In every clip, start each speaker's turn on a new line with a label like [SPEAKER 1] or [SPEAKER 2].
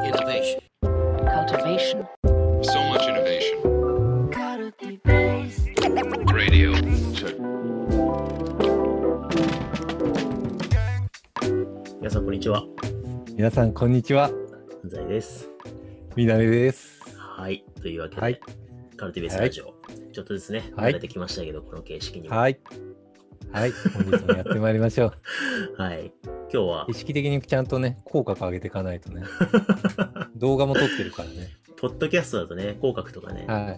[SPEAKER 1] Innovation.
[SPEAKER 2] Cultivation.
[SPEAKER 3] So much innovation. Radio. Check.
[SPEAKER 1] 皆さんこんにちは。
[SPEAKER 4] 皆さんこんにちは。
[SPEAKER 1] 安西です。
[SPEAKER 4] みなべです。
[SPEAKER 1] はい。というわけで、
[SPEAKER 4] はい、
[SPEAKER 1] カルティベースラジオ、ちょっとですね、慣れてきましたけど、この形式にも。
[SPEAKER 4] はい。はい。本日もやってまいりましょう。
[SPEAKER 1] はい。今日は
[SPEAKER 4] 意識的にちゃんとね、口角上げていかないとね。動画も撮ってるからね。
[SPEAKER 1] ポッドキャストだとね、口角とかね。
[SPEAKER 4] はい。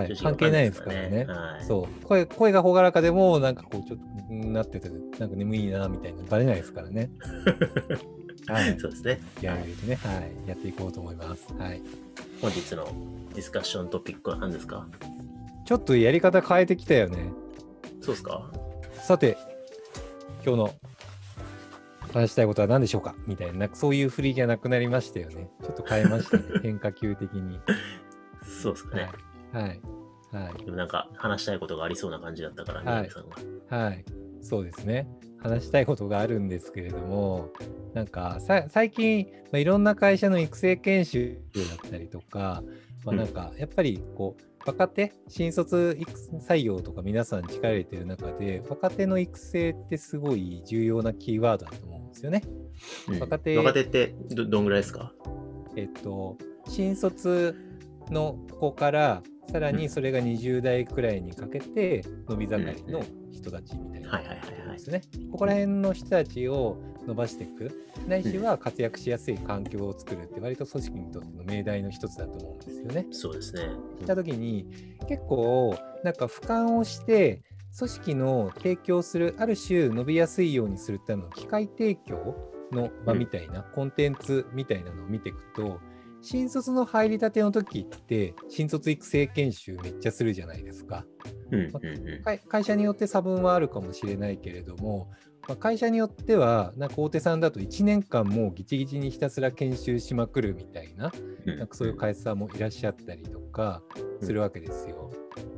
[SPEAKER 4] はい。関係ないですからね。
[SPEAKER 1] はい、
[SPEAKER 4] そう。声が朗らかでも、なんかこう、ちょっと、なってて、なんか眠いな、みたいな、バレないですからね。はい。
[SPEAKER 1] そうですね。
[SPEAKER 4] やるね。はい。やっていこうと思います。はい。
[SPEAKER 1] 本日のディスカッショントピックは何ですか？
[SPEAKER 4] ちょっとやり方変えてきたよね。
[SPEAKER 1] そうですか？
[SPEAKER 4] さて、今日の話したいことは何でしょうかみたいな、そういう振りじゃなくなりましたよね。ちょっと変えましたね。変化球的に。
[SPEAKER 1] そうですかね。
[SPEAKER 4] はい。はい。
[SPEAKER 1] でもなんか話したいことがありそうな感じだったから、
[SPEAKER 4] はい、
[SPEAKER 1] 皆さんが。
[SPEAKER 4] はい。そうですね。話したいことがあるんですけれども、なんか最近、いろんな会社の育成研修だったりとか、なんかやっぱりこう、若手、新卒採用とか皆さん力入れてる中で、若手の育成ってすごい重要なキーワードだと思うんですよね。
[SPEAKER 1] 若手ってどんぐらいですか？
[SPEAKER 4] 新卒の子からさらにそれが20代くらいにかけて伸び盛りの人たちみたいなことですね。ここら辺の人たちを伸ばしていく、ないしは活躍しやすい環境を作るって割と組織にとっての命題の一つだと思うんですよね。
[SPEAKER 1] そうですね。
[SPEAKER 4] した時に結構なんか俯瞰をして組織の提供するある種伸びやすいようにするための機会提供の場みたいな、コンテンツみたいなのを見ていくと、新卒の入りたての時って新卒育成研修めっちゃするじゃないですか。会社によって差分はあるかもしれないけれども、会社によってはなんか大手さんだと1年間もうギチギチにひたすら研修しまくるみたいな、なんかそういう会社さんもいらっしゃったりとかするわけですよ。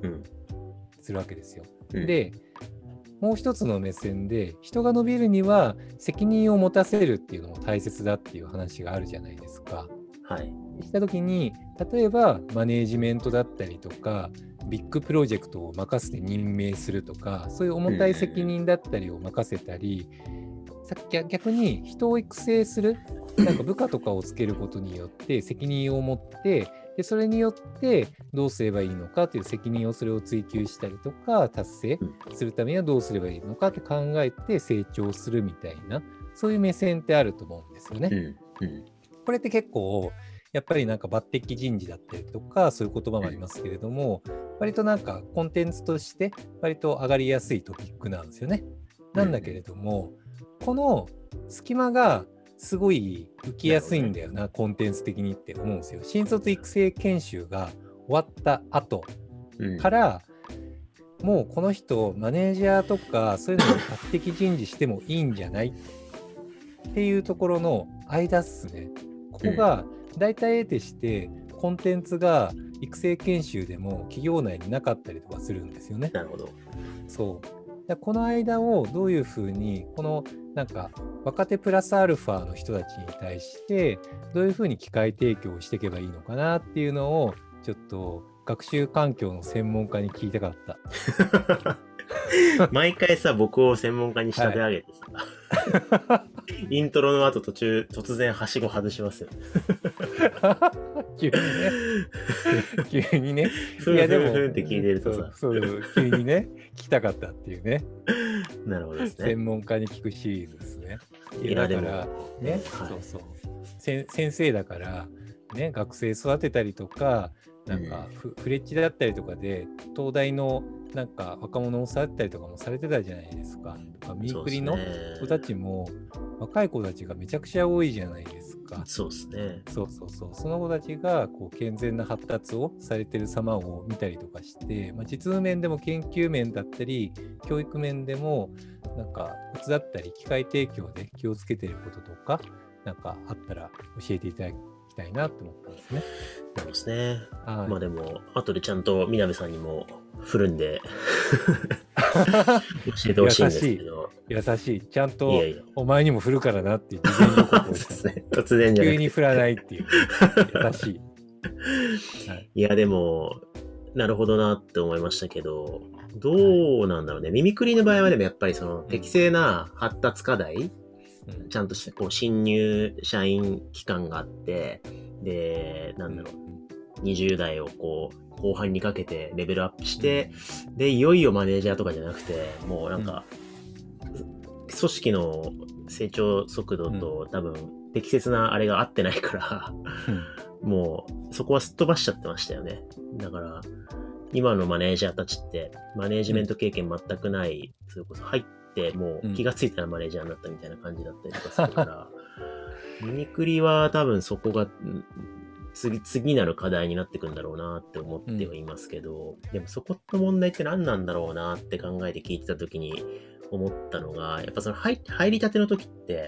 [SPEAKER 4] で、もう一つの目線で人が伸びるには責任を持たせるっていうのも大切だっていう話があるじゃないですか。
[SPEAKER 1] はい。
[SPEAKER 4] した時に例えばマネージメントだったりとかビッグプロジェクトを任せて任命するとか、そういう重たい責任だったりを任せたり、逆に人を育成する、なんか部下とかをつけることによって責任を持って、でそれによってどうすればいいのかという責任をそれを追求したりとか達成するためにはどうすればいいのかって考えて成長するみたいな、そういう目線ってあると思うんですよね。これって結構やっぱりなんか抜擢人事だったりとかそういう言葉もありますけれども、割となんかコンテンツとして割と上がりやすいトピックなんですよね。なんだけれども、この隙間がすごい浮きやすいんだよな、コンテンツ的にって思うんですよ。新卒育成研修が終わった後から、もうこの人マネージャーとかそういうのに抜擢人事してもいいんじゃないっていうところの間っすね。ここが大体得てしてコンテンツが育成研修でも企業内になかったりとかするんですよね。
[SPEAKER 1] なるほど。
[SPEAKER 4] そう。この間をどういうふうにこのなんか若手プラスアルファの人たちに対してどういうふうに機会提供していけばいいのかなっていうのをちょっと学習環境の専門家に聞いたかった。
[SPEAKER 1] 毎回さ、僕を専門家に仕立て上げてさ、イントロの後途中突然はしご外しますよ。
[SPEAKER 4] 急にね。
[SPEAKER 1] いやでもって聞いてるとさ、
[SPEAKER 4] そう急にね聞きたかったっていうね。
[SPEAKER 1] なるほどですね。
[SPEAKER 4] 専門家に聞くシリーズですね。
[SPEAKER 1] いや
[SPEAKER 4] だからね、先生だからね、学生育てたりとか。なんかフレッチだったりとかで東大のなんか若者を育てたりとかもされてたじゃないですか。ミークリの子たちも若い子たちがめちゃくちゃ多いじゃないですか。
[SPEAKER 1] そうですね。
[SPEAKER 4] その子たちがこう健全な発達をされてる様を見たりとかして、実務面でも研究面だったり教育面でもなんかコツだったり機会提供で気をつけてることとかなんかあったら教えていただきたいなと思ったんですね。
[SPEAKER 1] そうですね。
[SPEAKER 4] はい、
[SPEAKER 1] でも後でちゃんとみなべさんにも振るんで教えてほしいんですけど。
[SPEAKER 4] 優しい。ちゃんと
[SPEAKER 1] いやいや
[SPEAKER 4] お前にも振るからなっていう事前予告を
[SPEAKER 1] そうで
[SPEAKER 4] した。
[SPEAKER 1] すね。突然じゃなくて。
[SPEAKER 4] 急に振らないっていう、優しい。
[SPEAKER 1] いや、でも、なるほどなって思いましたけど、どうなんだろうね。ミミクリの場合はでもやっぱりその適正な発達課題、ちゃんとこう新入社員期間があって、で、なんだろう、20代をこう、後半にかけてレベルアップして、で、いよいよマネージャーとかじゃなくて、もうなんか、組織の成長速度と多分適切なあれが合ってないからもうそこはすっ飛ばしちゃってましたよね。だから今のマネージャーたちってマネージメント経験全くない、それこそ入ってもう気がついたらマネージャーになったみたいな感じだったりとかするからミミクリは多分そこが次なる課題になってくんだろうなって思ってはいますけど、でもそこの問題って何なんだろうなって考えて聞いてた時に思ったのが、やっぱその入りたての時って、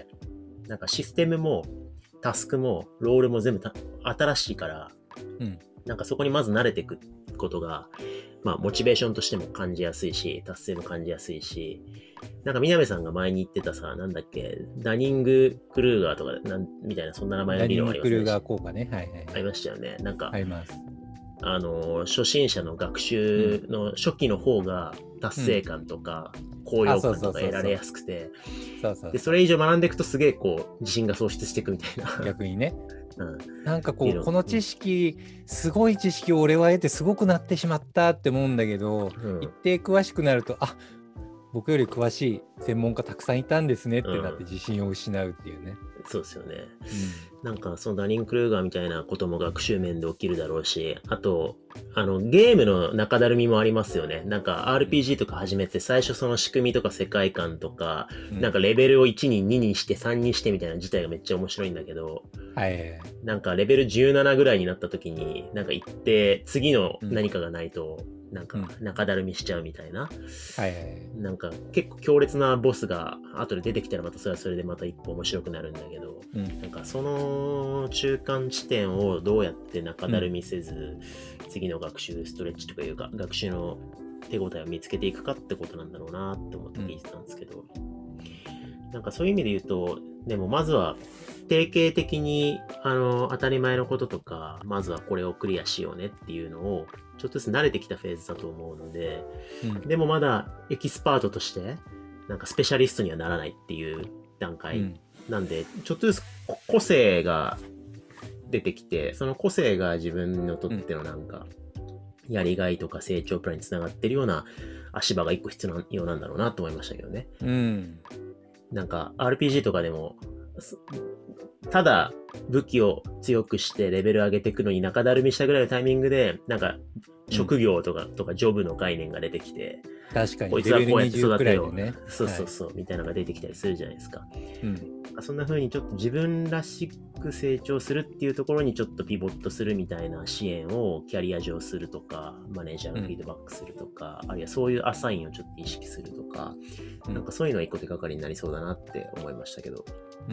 [SPEAKER 1] なんかシステムもタスクもロールも全部新しいから、なんかそこにまず慣れていくことが、まあモチベーションとしても感じやすいし、達成も感じやすいし、なんか南さんが前に言ってたさ、なんだっけ、ダニング・クルーガーとかみたいなそんな名前の理論ありますね。
[SPEAKER 4] ダニング・クルーガー効果ね。はいはい。
[SPEAKER 1] ありましたよね。なんか、
[SPEAKER 4] あります。
[SPEAKER 1] 初心者の学習の初期の方が達成感とか高揚感とか得られやすくて、でそれ以上学んでいくとすげえこう自信が喪失していくみたいな。
[SPEAKER 4] 逆にね。なんかこうこの知識、すごい知識を俺は得てすごくなってしまったって思うんだけど、一定詳しくなると僕より詳しい専門家たくさんいたんですねってなって自信を失うっていうね。
[SPEAKER 1] そうですよね。なんかそのダニング・クルーガーみたいなことも学習面で起きるだろうし、あとゲームの中だるみもありますよね。なんか RPG とか始めて最初その仕組みとか世界観とか、なんかレベルを1に2にして3にしてみたいな自体がめっちゃ面白いんだけど、なんかレベル17ぐらいになった時になんか行って次の何かがないとなんか中だるみしちゃうみたいな、なんか結構強烈なボスが後で出てきたらまたそれはそれでまた一歩面白くなるんだけど、なんかその中間地点をどうやって中だるみせず、次の学習ストレッチとかいうか学習の手応えを見つけていくかってことなんだろうなって思って聞いてたんですけど、なんかそういう意味で言うと、でもまずは定型的に当たり前のこととか、まずはこれをクリアしようねっていうのをちょっとずつ慣れてきたフェーズだと思うので、でもまだエキスパートとしてなんかスペシャリストにはならないっていう段階、なんでちょっとずつ個性が出てきて、その個性が自分にとってのなんかやりがいとか成長プランにつながってるような足場が一個必要なんだろうなと思いましたけどね。なんか RPG とかでもただ武器を強くしてレベル上げていくのに中だるみしたぐらいのタイミングでなんか職業とかジョブの概念が出てきて、
[SPEAKER 4] 確かに
[SPEAKER 1] こいつはこうやって育てよう、
[SPEAKER 4] ね、
[SPEAKER 1] そう、みたいなのが出てきたりするじゃないですか。そんな風にちょっと自分らしく成長するっていうところにちょっとピボットするみたいな支援をキャリア上するとか、マネージャーがフィードバックするとか、あるいはそういうアサインをちょっと意識するとか、なんかそういうのは一個手がかりになりそうだなって思いましたけど。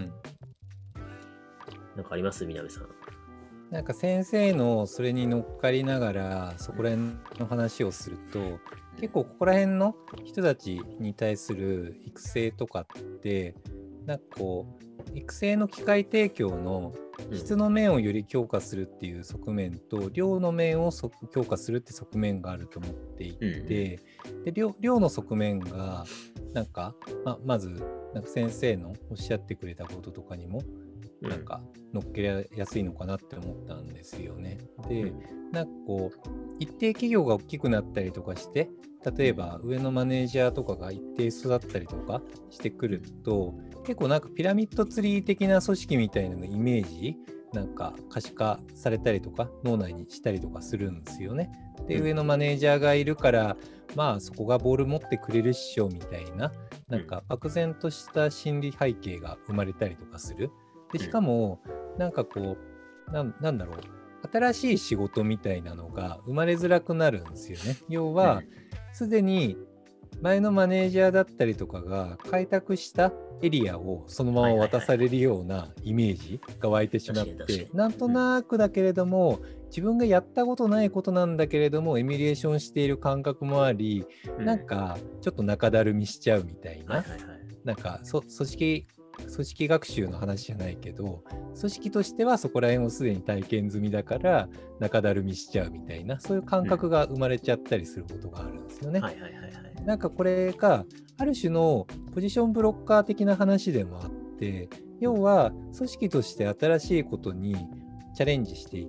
[SPEAKER 1] なんかあります？南さん。
[SPEAKER 4] なんか先生のそれに乗っかりながらそこら辺の話をすると、結構ここら辺の人たちに対する育成とかってなんかこう育成の機会提供の質の面をより強化するっていう側面と、量の面を強化するって側面があると思っていて、で 量の側面がなんか、まずなんか先生のおっしゃってくれたこととかにもなんか乗っけやすいのかなって思ったんですよね。で、なんかこう一定企業が大きくなったりとかして、例えば上のマネージャーとかが一定数だったりとかしてくると、結構なんかピラミッドツリー的な組織みたいなのイメージなんか可視化されたりとか脳内にしたりとかするんですよね。で、上のマネージャーがいるからまあそこがボール持ってくれるっしょみたいな、なんか漠然とした心理背景が生まれたりとかする。でしかもなんかこうなんだろう、新しい仕事みたいなのが生まれづらくなるんですよね。要はすでに前のマネージャーだったりとかが開拓したエリアをそのまま渡されるようなイメージが湧いてしまって、
[SPEAKER 1] 確かに
[SPEAKER 4] なんとなくだけれども、自分がやったことないことなんだけれどもエミュレーションしている感覚もあり、なんかちょっと中だるみしちゃうみたいな、なんか組織学習の話じゃないけど、組織としてはそこら辺をすでに体験済みだから中だるみしちゃうみたいな、そういう感覚が生まれちゃったりすることがあるんですよね。なんかこれがある種のポジションブロッカー的な話でもあって、要は組織として新しいことにチャレンジしていって、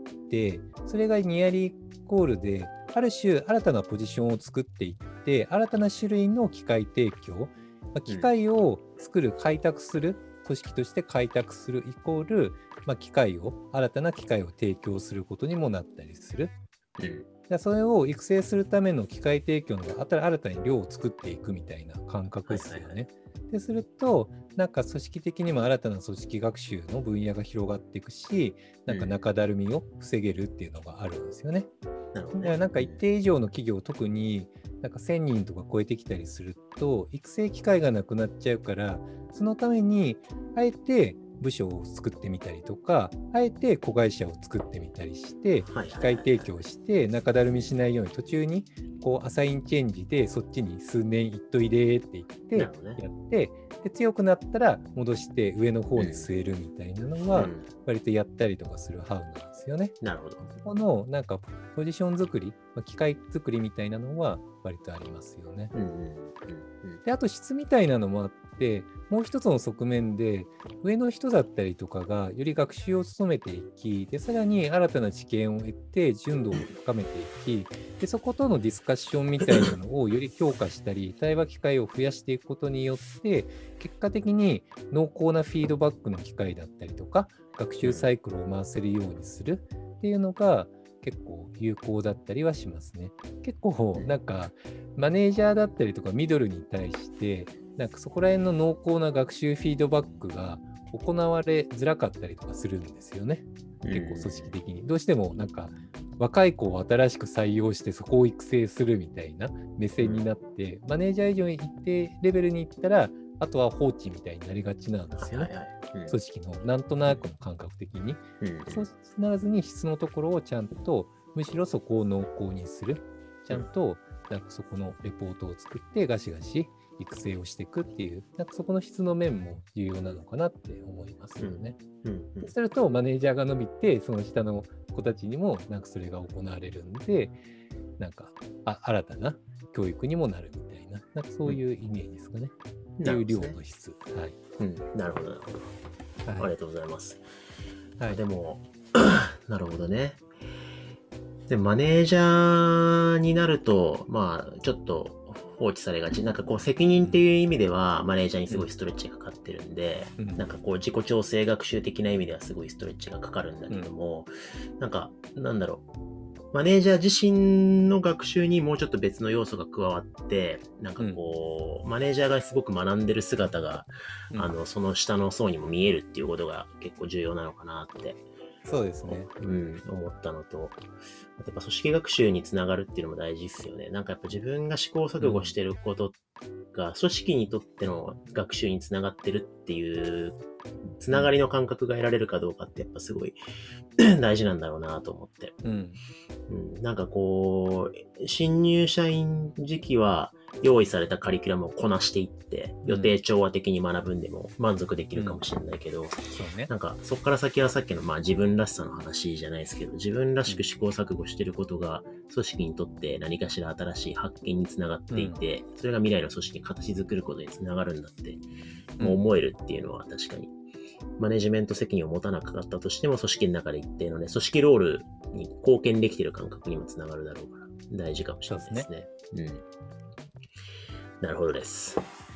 [SPEAKER 4] それがニアリーイコールである種新たなポジションを作っていって、新たな種類の機械提供、機械を作る、開拓する、組織として開拓するイコール、新たな機械を提供することにもなったりする。それを育成するための機械提供の新たに量を作っていくみたいな感覚ですよね。ですると、なんか組織的にも新たな組織学習の分野が広がっていくし、なんか中だるみを防げるっていうのがあるんですよね。だからなんか一定以上の企業、特になんか1000人とか超えてきたりすると、育成機会がなくなっちゃうから、そのためにあえて部署を作ってみたりとか、あえて子会社を作ってみたりして、機械提供して中だるみしないように、途中にこうアサインチェンジでそっちに数年行っといでって言ってやって、で強くなったら戻して上の方に据えるみたいなのは割とやったりとかするハウなんですよね。
[SPEAKER 1] なるほど。
[SPEAKER 4] このなんかポジション作り、機械作りみたいなのは割とありますよね。で、あと質みたいなのもあって、もう一つの側面で上の人だったりとかがより学習を努めていき、でさらに新たな知見を得て純度を深めていき、でそことのディスカッションみたいなのをより強化したり、対話機会を増やしていくことによって結果的に濃厚なフィードバックの機会だったりとか学習サイクルを回せるようにするっていうのが結構有効だったりはしますね。結構なんかマネージャーだったりとかミドルに対してなんかそこら辺の濃厚な学習フィードバックが行われづらかったりとかするんですよね。結構組織的にどうしてもなんか若い子を新しく採用してそこを育成するみたいな目線になって、マネージャー以上に一定レベルに行ったらあとは放置みたいになりがちなんですよね。組織のなんとなくの感覚的に、そうならずに質のところをちゃんと、むしろそこを濃厚にする、ちゃんとなんかそこのレポートを作ってガシガシ育成をしていくっていう、なんかそこの質の面も重要なのかなって思いますよね。そうするとマネージャーが伸びて、その下の子たちにもなんかそれが行われるんで、なんか新たな教育にもなるみたいな、なんかそういうイメージですかね。っていう量の質。
[SPEAKER 1] なるほど、なるほど。ありがとうございます。でも、なるほどね。でマネージャーになると、ちょっと放置されがち。なんかこう責任っていう意味ではマネージャーにすごいストレッチがかかってるんで、なんかこう自己調整学習的な意味ではすごいストレッチがかかるんだけども、なんだろう。マネージャー自身の学習にもうちょっと別の要素が加わって、なんかこう、マネージャーがすごく学んでる姿が、その下の層にも見えるっていうことが結構重要なのかなって。
[SPEAKER 4] そうですね。
[SPEAKER 1] 思ったのと、やっぱ組織学習につながるっていうのも大事ですよね。なんかやっぱ自分が試行錯誤してることが組織にとっての学習につながってるっていうつながりの感覚が得られるかどうかってやっぱすごい大事なんだろうなと思って。なんかこう、新入社員時期は用意されたカリキュラムをこなしていって、予定調和的に学ぶんでも満足できるかもしれないけど、なんかそこから先はさっきの自分らしさの話じゃないですけど、自分らしく試行錯誤してることが組織にとって何かしら新しい発見につながっていて、それが未来の組織に形作ることにつながるんだってもう思えるっていうのは確かにマネジメント責任を持たなかったとしても組織の中で一定のね、組織ロールに貢献できている感覚にもつながるだろうから大事かもしれないですね。なるほどです。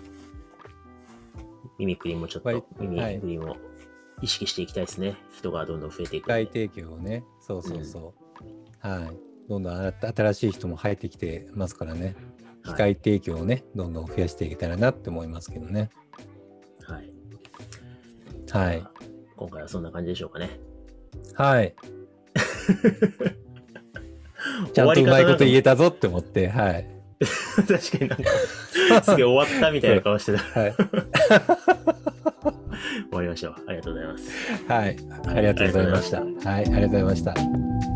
[SPEAKER 1] 耳くりもちょっと、耳くりも意識していきたいですね。人がどんどん増えていく。
[SPEAKER 4] 機械提供をね、そう。どんどん新しい人も入ってきてますからね。機械提供をね、どんどん増やしていけたらなって思いますけどね。
[SPEAKER 1] 今回はそんな感じでしょうかね。
[SPEAKER 4] ちゃんとうまいこと言えたぞって思って、
[SPEAKER 1] 確かになんかすげえ終わったみたいな顔してた。 終わりましょう。ありがとうございます。
[SPEAKER 4] はい、ありがとうございました。はい、ありがとうございました。